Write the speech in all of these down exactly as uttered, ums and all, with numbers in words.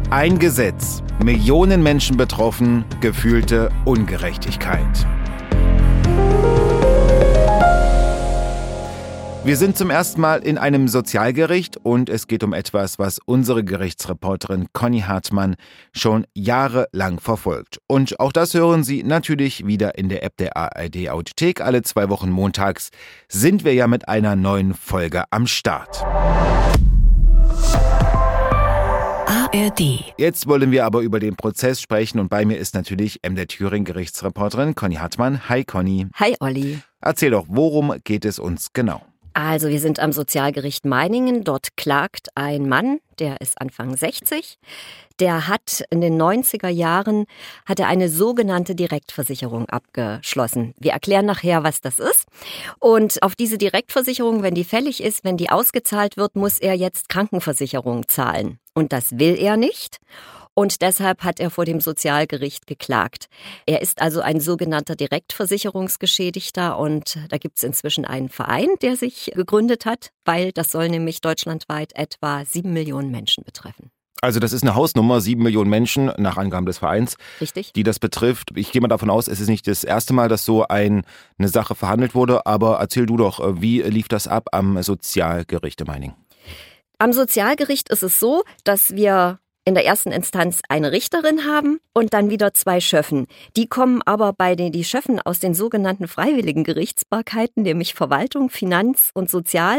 Ein Gesetz, Millionen Menschen betroffen, gefühlte Ungerechtigkeit. Wir sind zum ersten Mal in einem Sozialgericht und es geht um etwas, was unsere Gerichtsreporterin Conny Hartmann schon jahrelang verfolgt. Und auch das hören Sie natürlich wieder in der App der A R D Audiothek. Alle zwei Wochen montags sind wir ja mit einer neuen Folge am Start. A R D. Jetzt wollen wir aber über den Prozess sprechen und bei mir ist natürlich M D R Thüringen Gerichtsreporterin Conny Hartmann. Hi Conny. Hi Olli. Erzähl doch, worum geht es uns genau? Also wir sind am Sozialgericht Meiningen. Dort klagt ein Mann, der ist Anfang sechzig. Der hat in den neunziger Jahren hat er eine sogenannte Direktversicherung abgeschlossen. Wir erklären nachher, was das ist. Und auf diese Direktversicherung, wenn die fällig ist, wenn die ausgezahlt wird, muss er jetzt Krankenversicherung zahlen. Und das will er nicht. Und deshalb hat er vor dem Sozialgericht geklagt. Er ist also ein sogenannter Direktversicherungsgeschädigter und da gibt es inzwischen einen Verein, der sich gegründet hat, weil das soll nämlich deutschlandweit etwa sieben Millionen Menschen betreffen. Also das ist eine Hausnummer, sieben Millionen Menschen, nach Angaben des Vereins, Richtig. Die das betrifft. Ich gehe mal davon aus, es ist nicht das erste Mal, dass so ein, eine Sache verhandelt wurde, aber erzähl du doch, wie lief das ab am Sozialgericht in Meiningen? Am Sozialgericht ist es so, dass wir in der ersten Instanz eine Richterin haben und dann wieder zwei Schöffen. Die kommen aber bei den die Schöffen aus den sogenannten freiwilligen Gerichtsbarkeiten, nämlich Verwaltung, Finanz und Sozial.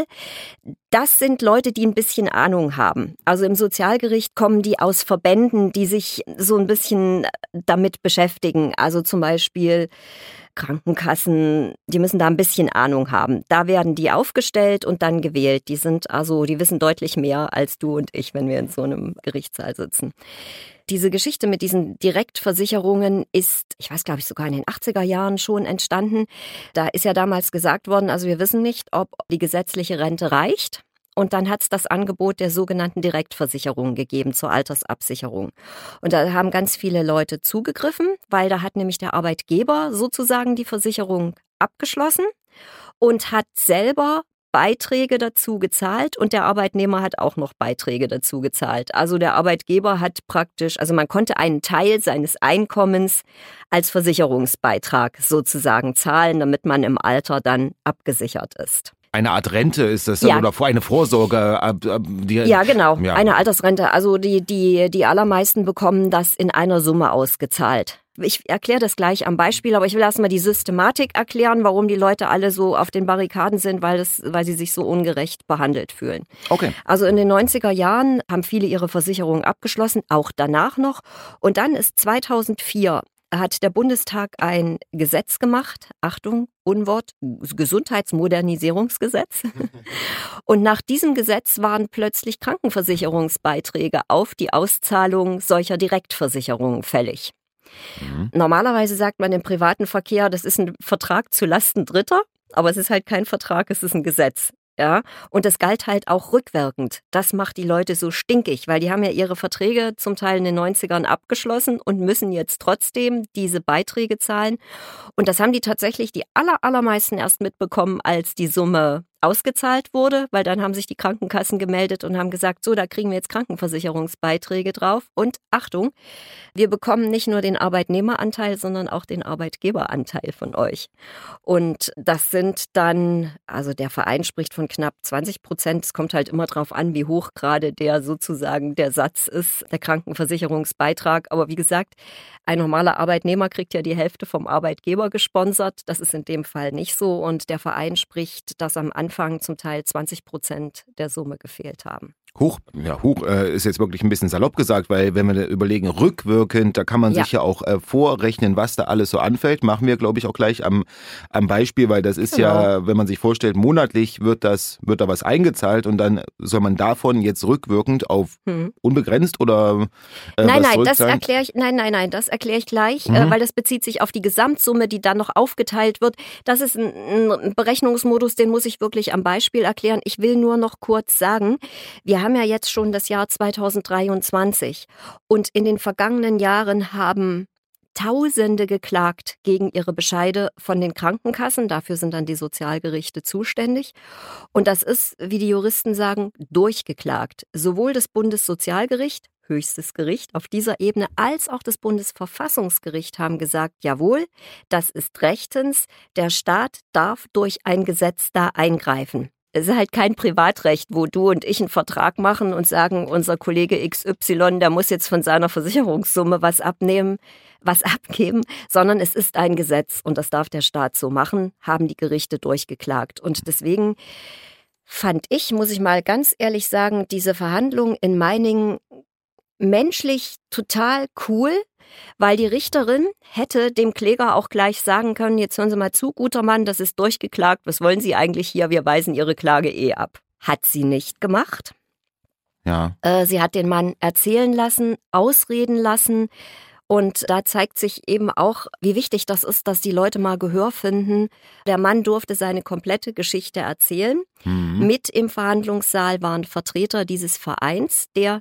Das sind Leute, die ein bisschen Ahnung haben. Also im Sozialgericht kommen die aus Verbänden, die sich so ein bisschen damit beschäftigen. Also zum Beispiel Krankenkassen, die müssen da ein bisschen Ahnung haben. Da werden die aufgestellt und dann gewählt. Die sind also, die wissen deutlich mehr als du und ich, wenn wir in so einem Gerichtssaal sitzen. Diese Geschichte mit diesen Direktversicherungen ist, ich weiß, glaube ich, sogar in den achtziger Jahren schon entstanden. Da ist ja damals gesagt worden, also wir wissen nicht, ob die gesetzliche Rente reicht. Und dann hat es das Angebot der sogenannten Direktversicherung gegeben zur Altersabsicherung. Und da haben ganz viele Leute zugegriffen, weil da hat nämlich der Arbeitgeber sozusagen die Versicherung abgeschlossen und hat selber Beiträge dazu gezahlt und der Arbeitnehmer hat auch noch Beiträge dazu gezahlt. Also der Arbeitgeber hat praktisch, also man konnte einen Teil seines Einkommens als Versicherungsbeitrag sozusagen zahlen, damit man im Alter dann abgesichert ist. Eine Art Rente ist das ja. oder eine Vorsorge? Die, ja, genau, ja. Eine Altersrente. Also die, die, die allermeisten bekommen das in einer Summe ausgezahlt. Ich erkläre das gleich am Beispiel, aber ich will erstmal die Systematik erklären, warum die Leute alle so auf den Barrikaden sind, weil, das, weil sie sich so ungerecht behandelt fühlen. Okay. Also in den neunziger Jahren haben viele ihre Versicherung abgeschlossen, auch danach noch. Und dann ist zweitausendvier hat der Bundestag ein Gesetz gemacht, Achtung, Unwort, Gesundheitsmodernisierungsgesetz. Und nach diesem Gesetz waren plötzlich Krankenversicherungsbeiträge auf die Auszahlung solcher Direktversicherungen fällig. Mhm. Normalerweise sagt man im privaten Verkehr, das ist ein Vertrag zu Lasten Dritter, aber es ist halt kein Vertrag, es ist ein Gesetz. Ja, und das galt halt auch rückwirkend. Das macht die Leute so stinkig, weil die haben ja ihre Verträge zum Teil in den neunzigern abgeschlossen und müssen jetzt trotzdem diese Beiträge zahlen. Und das haben die tatsächlich die aller, allermeisten erst mitbekommen, als die Summe ausgezahlt wurde, weil dann haben sich die Krankenkassen gemeldet und haben gesagt, so, da kriegen wir jetzt Krankenversicherungsbeiträge drauf. Und Achtung, wir bekommen nicht nur den Arbeitnehmeranteil, sondern auch den Arbeitgeberanteil von euch. Und das sind dann, also der Verein spricht von knapp zwanzig Prozent. Es kommt halt immer drauf an, wie hoch gerade der sozusagen der Satz ist, der Krankenversicherungsbeitrag. Aber wie gesagt, ein normaler Arbeitnehmer kriegt ja die Hälfte vom Arbeitgeber gesponsert. Das ist in dem Fall nicht so. Und der Verein spricht, dass am Anfang zum Teil zwanzig Prozent der Summe gefehlt haben. Hoch, ja, hoch äh, ist jetzt wirklich ein bisschen salopp gesagt, weil wenn wir überlegen, rückwirkend, da kann man ja. sich ja auch äh, vorrechnen, was da alles so anfällt. Machen wir, glaube ich, auch gleich am, am Beispiel, weil das ist genau. ja, wenn man sich vorstellt, monatlich wird das, wird da was eingezahlt und dann soll man davon jetzt rückwirkend auf hm. unbegrenzt oder äh, Nein, was nein, das erkläre ich, nein, nein, nein, das erkläre ich gleich, mhm. äh, weil das bezieht sich auf die Gesamtsumme, die dann noch aufgeteilt wird. Das ist ein, ein Berechnungsmodus, den muss ich wirklich am Beispiel erklären. Ich will nur noch kurz sagen, wir haben ja jetzt schon das Jahr zweitausenddreiundzwanzig und in den vergangenen Jahren haben Tausende geklagt gegen ihre Bescheide von den Krankenkassen. Dafür sind dann die Sozialgerichte zuständig. Und das ist, wie die Juristen sagen, durchgeklagt. Sowohl das Bundessozialgericht, höchstes Gericht auf dieser Ebene als auch das Bundesverfassungsgericht haben gesagt, jawohl, das ist rechtens, der Staat darf durch ein Gesetz da eingreifen. Es ist halt kein Privatrecht, wo du und ich einen Vertrag machen und sagen, unser Kollege X Y, der muss jetzt von seiner Versicherungssumme was abnehmen, was abgeben, sondern es ist ein Gesetz und das darf der Staat so machen, haben die Gerichte durchgeklagt. Und deswegen fand ich, muss ich mal ganz ehrlich sagen, diese Verhandlungen in Meiningen menschlich total cool, weil die Richterin hätte dem Kläger auch gleich sagen können, jetzt hören Sie mal zu, guter Mann, das ist durchgeklagt, was wollen Sie eigentlich hier, wir weisen Ihre Klage eh ab. Hat sie nicht gemacht. Ja. Äh, sie hat den Mann erzählen lassen, ausreden lassen. Und da zeigt sich eben auch, wie wichtig das ist, dass die Leute mal Gehör finden. Der Mann durfte seine komplette Geschichte erzählen. Mhm. Mit im Verhandlungssaal waren Vertreter dieses Vereins der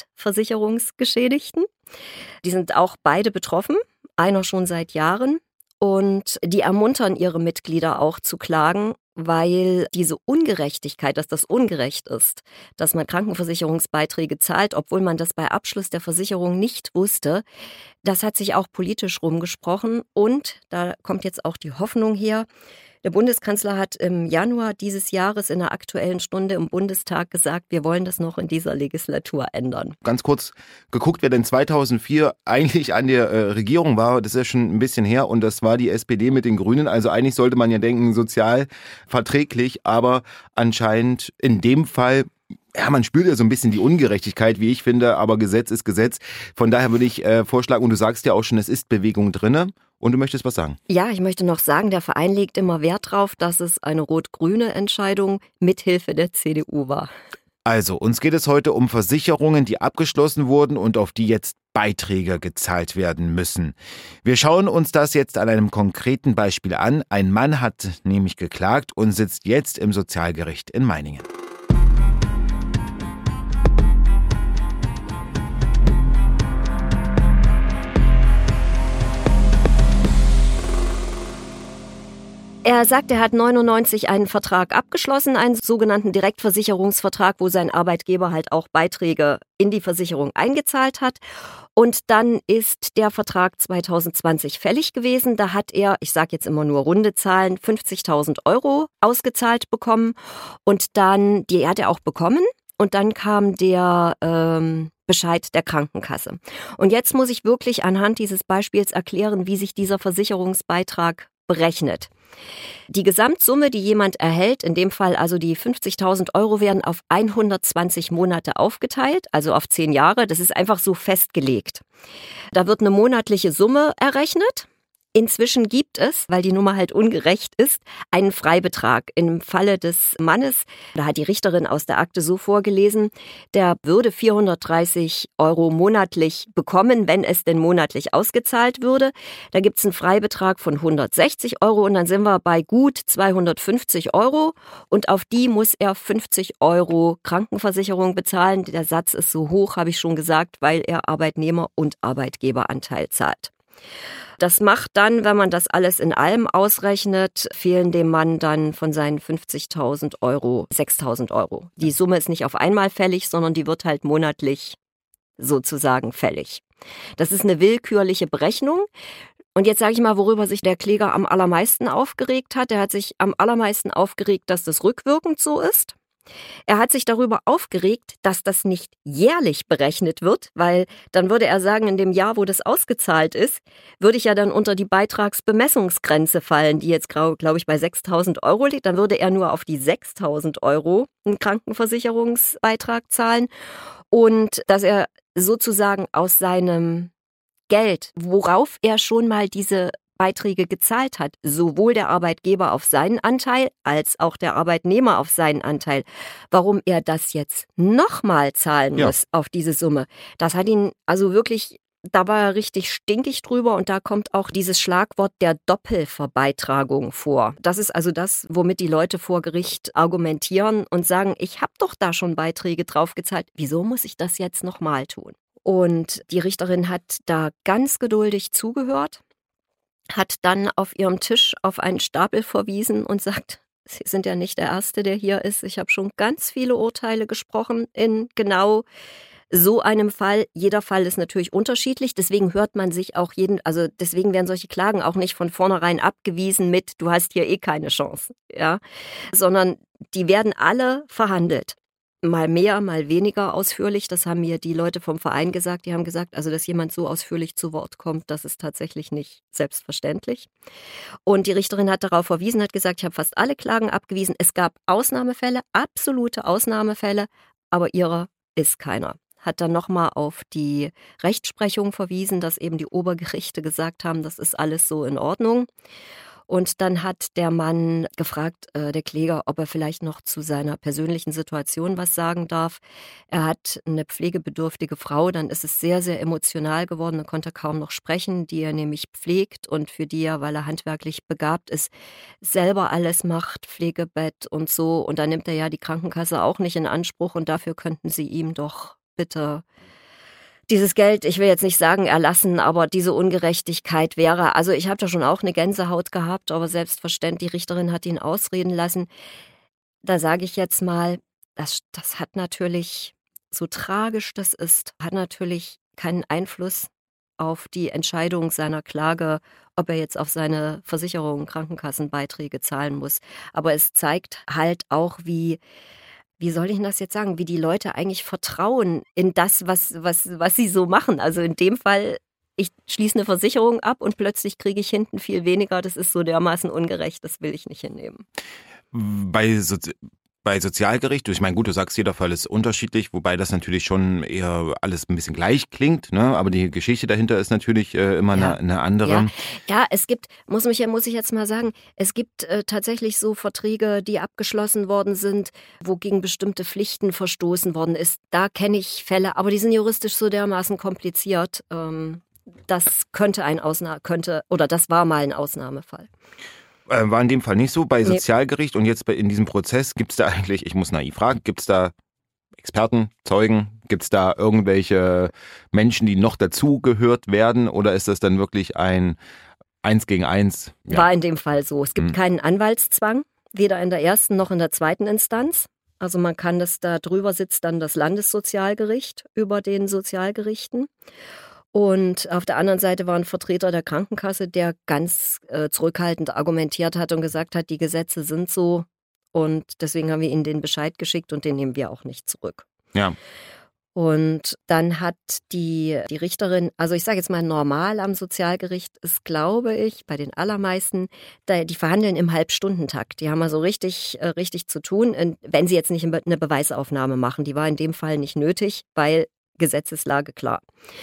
Direktversicherungsgeschädigten. Die sind auch beide betroffen, einer schon seit Jahren. Und die ermuntern ihre Mitglieder auch zu klagen, weil diese Ungerechtigkeit, dass das ungerecht ist, dass man Krankenversicherungsbeiträge zahlt, obwohl man das bei Abschluss der Versicherung nicht wusste, das hat sich auch politisch rumgesprochen. Und da kommt jetzt auch die Hoffnung her. Der Bundeskanzler hat im Januar dieses Jahres in der Aktuellen Stunde im Bundestag gesagt, wir wollen das noch in dieser Legislatur ändern. Ganz kurz geguckt, wer denn zweitausendvier eigentlich an der äh, Regierung war, das ist ja schon ein bisschen her und das war die S P D mit den Grünen. Also eigentlich sollte man ja denken, sozial verträglich, aber anscheinend in dem Fall, ja, man spürt ja so ein bisschen die Ungerechtigkeit, wie ich finde, aber Gesetz ist Gesetz. Von daher würde ich äh, vorschlagen, und du sagst ja auch schon, es ist Bewegung drinne. Und du möchtest was sagen? Ja, ich möchte noch sagen, der Verein legt immer Wert darauf, dass es eine rot-grüne Entscheidung mithilfe der C D U war. Also, uns geht es heute um Versicherungen, die abgeschlossen wurden und auf die jetzt Beiträge gezahlt werden müssen. Wir schauen uns das jetzt an einem konkreten Beispiel an. Ein Mann hat nämlich geklagt und sitzt jetzt im Sozialgericht in Meiningen. Er sagt, er hat neunundneunzig einen Vertrag abgeschlossen, einen sogenannten Direktversicherungsvertrag, wo sein Arbeitgeber halt auch Beiträge in die Versicherung eingezahlt hat. Und dann ist der Vertrag zweitausendzwanzig fällig gewesen. Da hat er, ich sage jetzt immer nur runde Zahlen, fünfzigtausend Euro ausgezahlt bekommen. Und dann, die hat er auch bekommen. Und dann kam der ähm, Bescheid der Krankenkasse. Und jetzt muss ich wirklich anhand dieses Beispiels erklären, wie sich dieser Versicherungsbeitrag berechnet. Die Gesamtsumme, die jemand erhält, in dem Fall also die fünfzigtausend Euro, werden auf hundertzwanzig Monate aufgeteilt, also auf zehn Jahre. Das ist einfach so festgelegt. Da wird eine monatliche Summe errechnet. Inzwischen gibt es, weil die Nummer halt ungerecht ist, einen Freibetrag. Im Falle des Mannes, da hat die Richterin aus der Akte so vorgelesen, der würde vierhundertdreißig Euro monatlich bekommen, wenn es denn monatlich ausgezahlt würde. Da gibt es einen Freibetrag von hundertsechzig Euro und dann sind wir bei gut zweihundertfünfzig Euro und auf die muss er fünfzig Euro Krankenversicherung bezahlen. Der Satz ist so hoch, habe ich schon gesagt, weil er Arbeitnehmer- und Arbeitgeberanteil zahlt. Das macht dann, wenn man das alles in allem ausrechnet, fehlen dem Mann dann von seinen fünfzigtausend Euro sechstausend Euro. Die Summe ist nicht auf einmal fällig, sondern die wird halt monatlich sozusagen fällig. Das ist eine willkürliche Berechnung. Und jetzt sage ich mal, worüber sich der Kläger am allermeisten aufgeregt hat. Er hat sich am allermeisten aufgeregt, dass das rückwirkend so ist. Er hat sich darüber aufgeregt, dass das nicht jährlich berechnet wird, weil dann würde er sagen, in dem Jahr, wo das ausgezahlt ist, würde ich ja dann unter die Beitragsbemessungsgrenze fallen, die jetzt, glaube ich, bei sechstausend Euro liegt. Dann würde er nur auf die sechstausend Euro einen Krankenversicherungsbeitrag zahlen und dass er sozusagen aus seinem Geld, worauf er schon mal diese Beiträge gezahlt hat, sowohl der Arbeitgeber auf seinen Anteil als auch der Arbeitnehmer auf seinen Anteil. Warum er das jetzt nochmal zahlen muss ja. auf diese Summe, das hat ihn also wirklich, da war er richtig stinkig drüber und da kommt auch dieses Schlagwort der Doppelverbeitragung vor. Das ist also das, womit die Leute vor Gericht argumentieren und sagen, ich habe doch da schon Beiträge drauf gezahlt, wieso muss ich das jetzt nochmal tun? Und die Richterin hat da ganz geduldig zugehört, hat dann auf ihrem Tisch auf einen Stapel verwiesen und sagt, Sie sind ja nicht der Erste, der hier ist. Ich habe schon ganz viele Urteile gesprochen in genau so einem Fall. Jeder Fall ist natürlich unterschiedlich, deswegen hört man sich auch jeden, also deswegen werden solche Klagen auch nicht von vornherein abgewiesen mit, du hast hier eh keine Chance, ja, sondern die werden alle verhandelt. Mal mehr, mal weniger ausführlich. Das haben mir die Leute vom Verein gesagt. Die haben gesagt, also dass jemand so ausführlich zu Wort kommt, das ist tatsächlich nicht selbstverständlich. Und die Richterin hat darauf verwiesen, hat gesagt, ich habe fast alle Klagen abgewiesen. Es gab Ausnahmefälle, absolute Ausnahmefälle, aber ihrer ist keiner. Hat dann nochmal auf die Rechtsprechung verwiesen, dass eben die Obergerichte gesagt haben, das ist alles so in Ordnung. Und dann hat der Mann gefragt, äh, der Kläger, ob er vielleicht noch zu seiner persönlichen Situation was sagen darf. Er hat eine pflegebedürftige Frau, dann ist es sehr, sehr emotional geworden. Er konnte kaum noch sprechen, die er nämlich pflegt und für die er, weil er handwerklich begabt ist, selber alles macht, Pflegebett und so. Und dann nimmt er ja die Krankenkasse auch nicht in Anspruch und dafür könnten sie ihm doch bitte dieses Geld, ich will jetzt nicht sagen erlassen, aber diese Ungerechtigkeit wäre, also ich habe da schon auch eine Gänsehaut gehabt, aber selbstverständlich, die Richterin hat ihn ausreden lassen. Da sage ich jetzt mal, das, das hat natürlich, so tragisch das ist, hat natürlich keinen Einfluss auf die Entscheidung seiner Klage, ob er jetzt auf seine Versicherung, Krankenkassenbeiträge zahlen muss. Aber es zeigt halt auch, wie Wie soll ich das jetzt sagen, wie die Leute eigentlich vertrauen in das, was, was, was sie so machen. Also in dem Fall, ich schließe eine Versicherung ab und plötzlich kriege ich hinten viel weniger. Das ist so dermaßen ungerecht, das will ich nicht hinnehmen. Bei, so, bei Sozialgericht, ich meine, gut, du sagst, jeder Fall ist unterschiedlich, wobei das natürlich schon eher alles ein bisschen gleich klingt, ne? Aber die Geschichte dahinter ist natürlich äh, immer ja. eine, eine andere. Ja. ja, es gibt, muss, mich, muss ich jetzt mal sagen, es gibt äh, tatsächlich so Verträge, die abgeschlossen worden sind, wo gegen bestimmte Pflichten verstoßen worden ist. Da kenne ich Fälle, aber die sind juristisch so dermaßen kompliziert. Ähm, das könnte ein Ausnahme, könnte, oder das war mal ein Ausnahmefall. War in dem Fall nicht so. Bei Sozialgericht und jetzt bei, in diesem Prozess, gibt es da eigentlich, ich muss naiv fragen, gibt es da Experten, Zeugen, gibt es da irgendwelche Menschen, die noch dazugehört werden oder ist das dann wirklich ein Eins gegen Eins? Ja. War in dem Fall so. Es gibt hm. keinen Anwaltszwang, weder in der ersten noch in der zweiten Instanz. Also man kann das, da drüber sitzt dann das Landessozialgericht über den Sozialgerichten. Und auf der anderen Seite war ein Vertreter der Krankenkasse, der ganz äh, zurückhaltend argumentiert hat und gesagt hat, die Gesetze sind so und deswegen haben wir ihnen den Bescheid geschickt und den nehmen wir auch nicht zurück. Ja. Und dann hat die, die Richterin, also ich sage jetzt mal normal am Sozialgericht ist, glaube ich, bei den allermeisten, die verhandeln im Halbstundentakt. Die haben also richtig, richtig zu tun, wenn sie jetzt nicht eine Beweisaufnahme machen. Die war in dem Fall nicht nötig, weil Gesetzeslage klar.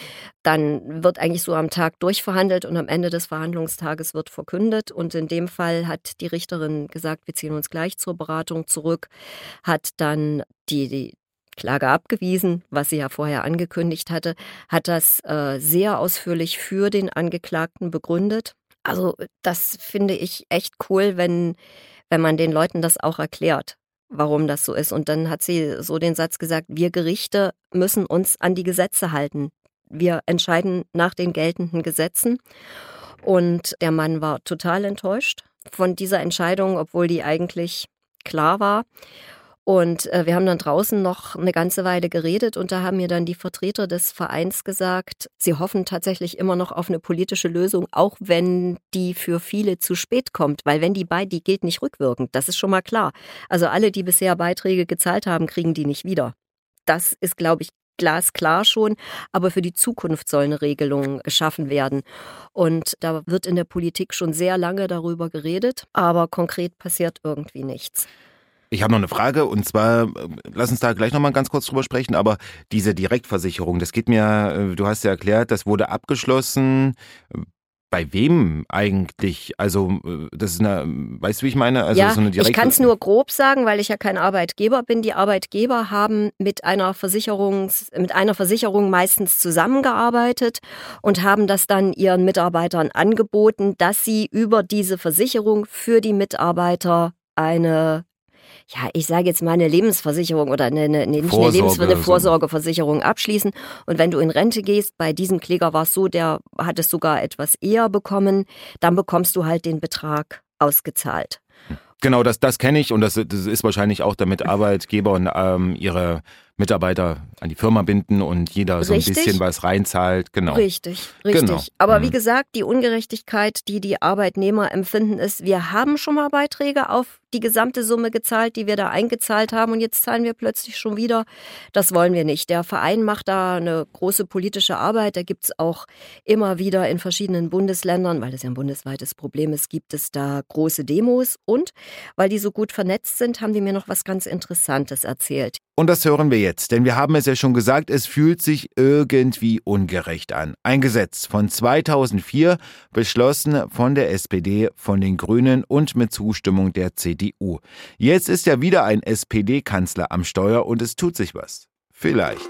Dann wird eigentlich so am Tag durchverhandelt und am Ende des Verhandlungstages wird verkündet. Und in dem Fall hat die Richterin gesagt, wir ziehen uns gleich zur Beratung zurück, hat dann die, die Klage abgewiesen, was sie ja vorher angekündigt hatte, hat das äh, sehr ausführlich für den Angeklagten begründet. Also das finde ich echt cool, wenn, wenn man den Leuten das auch erklärt, warum das so ist. Und dann hat sie so den Satz gesagt, wir Gerichte müssen uns an die Gesetze halten. Wir entscheiden nach den geltenden Gesetzen. Und der Mann war total enttäuscht von dieser Entscheidung, obwohl die eigentlich klar war. Und äh, wir haben dann draußen noch eine ganze Weile geredet und da haben mir dann die Vertreter des Vereins gesagt, sie hoffen tatsächlich immer noch auf eine politische Lösung, auch wenn die für viele zu spät kommt, weil wenn die bei, die gilt nicht rückwirkend, das ist schon mal klar. Also alle, die bisher Beiträge gezahlt haben, kriegen die nicht wieder. Das ist, glaube ich, glasklar schon, aber für die Zukunft soll eine Regelung geschaffen werden. Und da wird in der Politik schon sehr lange darüber geredet, aber konkret passiert irgendwie nichts. Ich habe noch eine Frage und zwar, lass uns da gleich nochmal ganz kurz drüber sprechen, aber diese Direktversicherung, das geht mir, du hast ja erklärt, das wurde abgeschlossen. Bei wem eigentlich? Also das ist eine, weißt du, wie ich meine? Also ja, so eine Direkt- ich kann es nur grob sagen, weil ich ja kein Arbeitgeber bin. Die Arbeitgeber haben mit einer Versicherung, mit einer Versicherung meistens zusammengearbeitet und haben das dann ihren Mitarbeitern angeboten, dass sie über diese Versicherung für die Mitarbeiter eine ja, ich sage jetzt mal eine Lebensversicherung oder eine, eine, nicht eine, Lebens- eine Vorsorgeversicherung abschließen. Und wenn du in Rente gehst, bei diesem Kläger war es so, der hat es sogar etwas eher bekommen, dann bekommst du halt den Betrag ausgezahlt. Genau, das, das kenne ich und das, das ist wahrscheinlich auch, damit Arbeitgeber und ähm, ihre Mitarbeiter an die Firma binden und jeder so Richtig. ein bisschen was reinzahlt. Genau. Richtig, richtig. Genau. Aber Mhm. wie gesagt, die Ungerechtigkeit, die die Arbeitnehmer empfinden, ist, wir haben schon mal Beiträge auf die gesamte Summe gezahlt, die wir da eingezahlt haben und jetzt zahlen wir plötzlich schon wieder. Das wollen wir nicht. Der Verein macht da eine große politische Arbeit. Da gibt es auch immer wieder in verschiedenen Bundesländern, weil das ja ein bundesweites Problem ist, gibt es da große Demos und weil die so gut vernetzt sind, haben die mir noch was ganz Interessantes erzählt. Und das hören wir jetzt, denn wir haben es ja schon gesagt, es fühlt sich irgendwie ungerecht an. Ein Gesetz von zweitausendvier, beschlossen von der S P D, von den Grünen und mit Zustimmung der C D U. Jetzt ist ja wieder ein S P D-Kanzler am Steuer und es tut sich was. Vielleicht.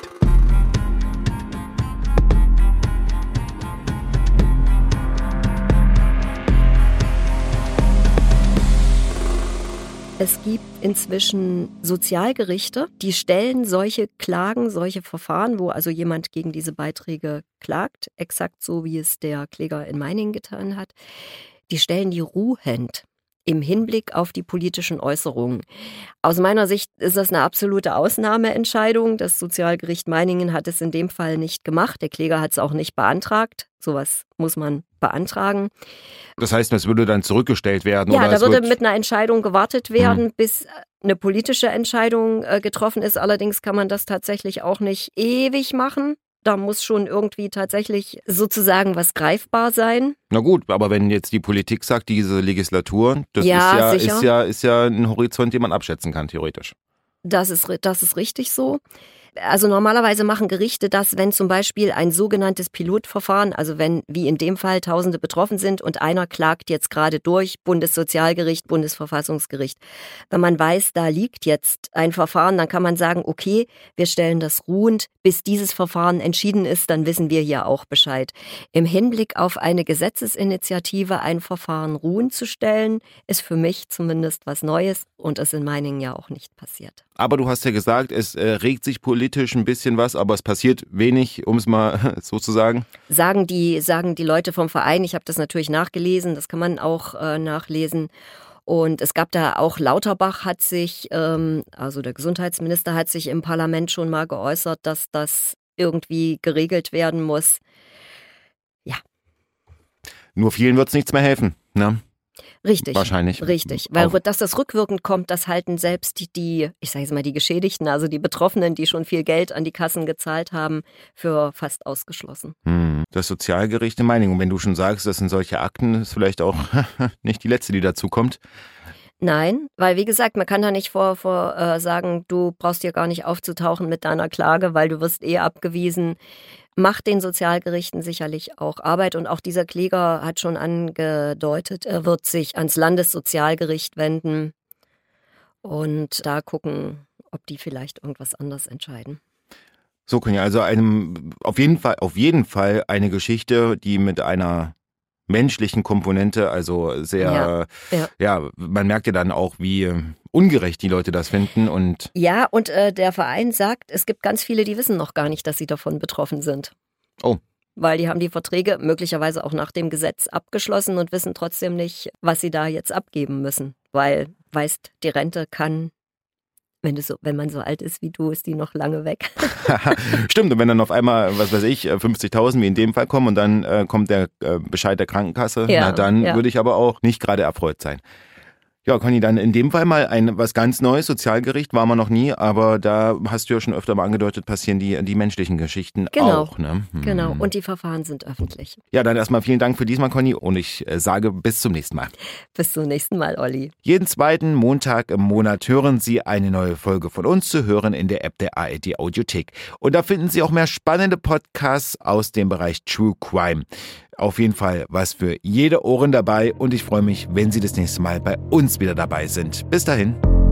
Es gibt inzwischen Sozialgerichte, die stellen solche Klagen, solche Verfahren, wo also jemand gegen diese Beiträge klagt, exakt so wie es der Kläger in Meiningen getan hat, die stellen die ruhend im Hinblick auf die politischen Äußerungen. Aus meiner Sicht ist das eine absolute Ausnahmeentscheidung. Das Sozialgericht Meiningen hat es in dem Fall nicht gemacht. Der Kläger hat es auch nicht beantragt. Sowas muss man beantragen. Das heißt, das würde dann zurückgestellt werden? Ja, oder da es würde wird mit einer Entscheidung gewartet werden, Mhm. bis eine politische Entscheidung äh, getroffen ist. Allerdings kann man das tatsächlich auch nicht ewig machen. Da muss schon irgendwie tatsächlich sozusagen was greifbar sein. Na gut, aber wenn jetzt die Politik sagt, diese Legislatur, das Ja, ist, ja, sicher. ist, ja, ist ja ein Horizont, den man abschätzen kann, theoretisch. Das ist, ri- das ist richtig so. Also normalerweise machen Gerichte das, wenn zum Beispiel ein sogenanntes Pilotverfahren, also wenn wie in dem Fall Tausende betroffen sind und einer klagt jetzt gerade durch, Bundessozialgericht, Bundesverfassungsgericht. Wenn man weiß, da liegt jetzt ein Verfahren, dann kann man sagen, okay, wir stellen das ruhend, bis dieses Verfahren entschieden ist, dann wissen wir hier auch Bescheid. Im Hinblick auf eine Gesetzesinitiative ein Verfahren ruhen zu stellen, ist für mich zumindest was Neues und ist in Meiningen ja auch nicht passiert. Aber du hast ja gesagt, es äh, regt sich politisch ein bisschen was, aber es passiert wenig, um es mal so zu sagen. Sagen die, sagen die Leute vom Verein, ich habe das natürlich nachgelesen, das kann man auch äh, nachlesen. Und es gab da auch, Lauterbach hat sich, ähm, also der Gesundheitsminister hat sich im Parlament schon mal geäußert, dass das irgendwie geregelt werden muss. Ja. Nur vielen wird es nichts mehr helfen, ne? Richtig. Wahrscheinlich. Richtig. Weil Auf- dass das rückwirkend kommt, das halten selbst die, die, ich sage jetzt mal, die Geschädigten, also die Betroffenen, die schon viel Geld an die Kassen gezahlt haben, für fast ausgeschlossen. Hm. Das Sozialgericht in Meiningen. Und wenn du schon sagst, das sind solche Akten, ist vielleicht auch nicht die letzte, die dazu kommt. Nein, weil wie gesagt, man kann da nicht vor, vor äh, sagen, du brauchst hier gar nicht aufzutauchen mit deiner Klage, weil du wirst eh abgewiesen. Macht den Sozialgerichten sicherlich auch Arbeit und auch dieser Kläger hat schon angedeutet, er wird sich ans Landessozialgericht wenden und da gucken, ob die vielleicht irgendwas anders entscheiden. So, Conny, also einem, auf jeden Fall, auf jeden Fall eine Geschichte, die mit einer menschlichen Komponente, also sehr, Ja, ja. ja, man merkt ja dann auch, wie ungerecht die Leute das finden und Ja, und äh, der Verein sagt, es gibt ganz viele, die wissen noch gar nicht, dass sie davon betroffen sind. Oh. Weil die haben die Verträge möglicherweise auch nach dem Gesetz abgeschlossen und wissen trotzdem nicht, was sie da jetzt abgeben müssen. Weil, weißt, die Rente kann, wenn, du so, wenn man so alt ist wie du, ist die noch lange weg. Stimmt, und wenn dann auf einmal, was weiß ich, fünfzigtausend wie in dem Fall kommen und dann äh, kommt der äh, Bescheid der Krankenkasse, Ja, na dann ja. würde ich aber auch nicht gerade erfreut sein. Ja, Conny, dann in dem Fall mal ein was ganz Neues, Sozialgericht war man noch nie, aber da hast du ja schon öfter mal angedeutet, passieren die, die menschlichen Geschichten Genau. auch. Ne? Hm. Genau, und die Verfahren sind öffentlich. Ja, dann erstmal vielen Dank für diesmal, Conny, und ich äh, sage bis zum nächsten Mal. Bis zum nächsten Mal, Olli. Jeden zweiten Montag im Monat hören Sie eine neue Folge von uns zu hören in der App der A R D Audiothek. Und da finden Sie auch mehr spannende Podcasts aus dem Bereich True Crime. Auf jeden Fall was für jede Ohren dabei und ich freue mich, wenn Sie das nächste Mal bei uns wieder dabei sind. Bis dahin.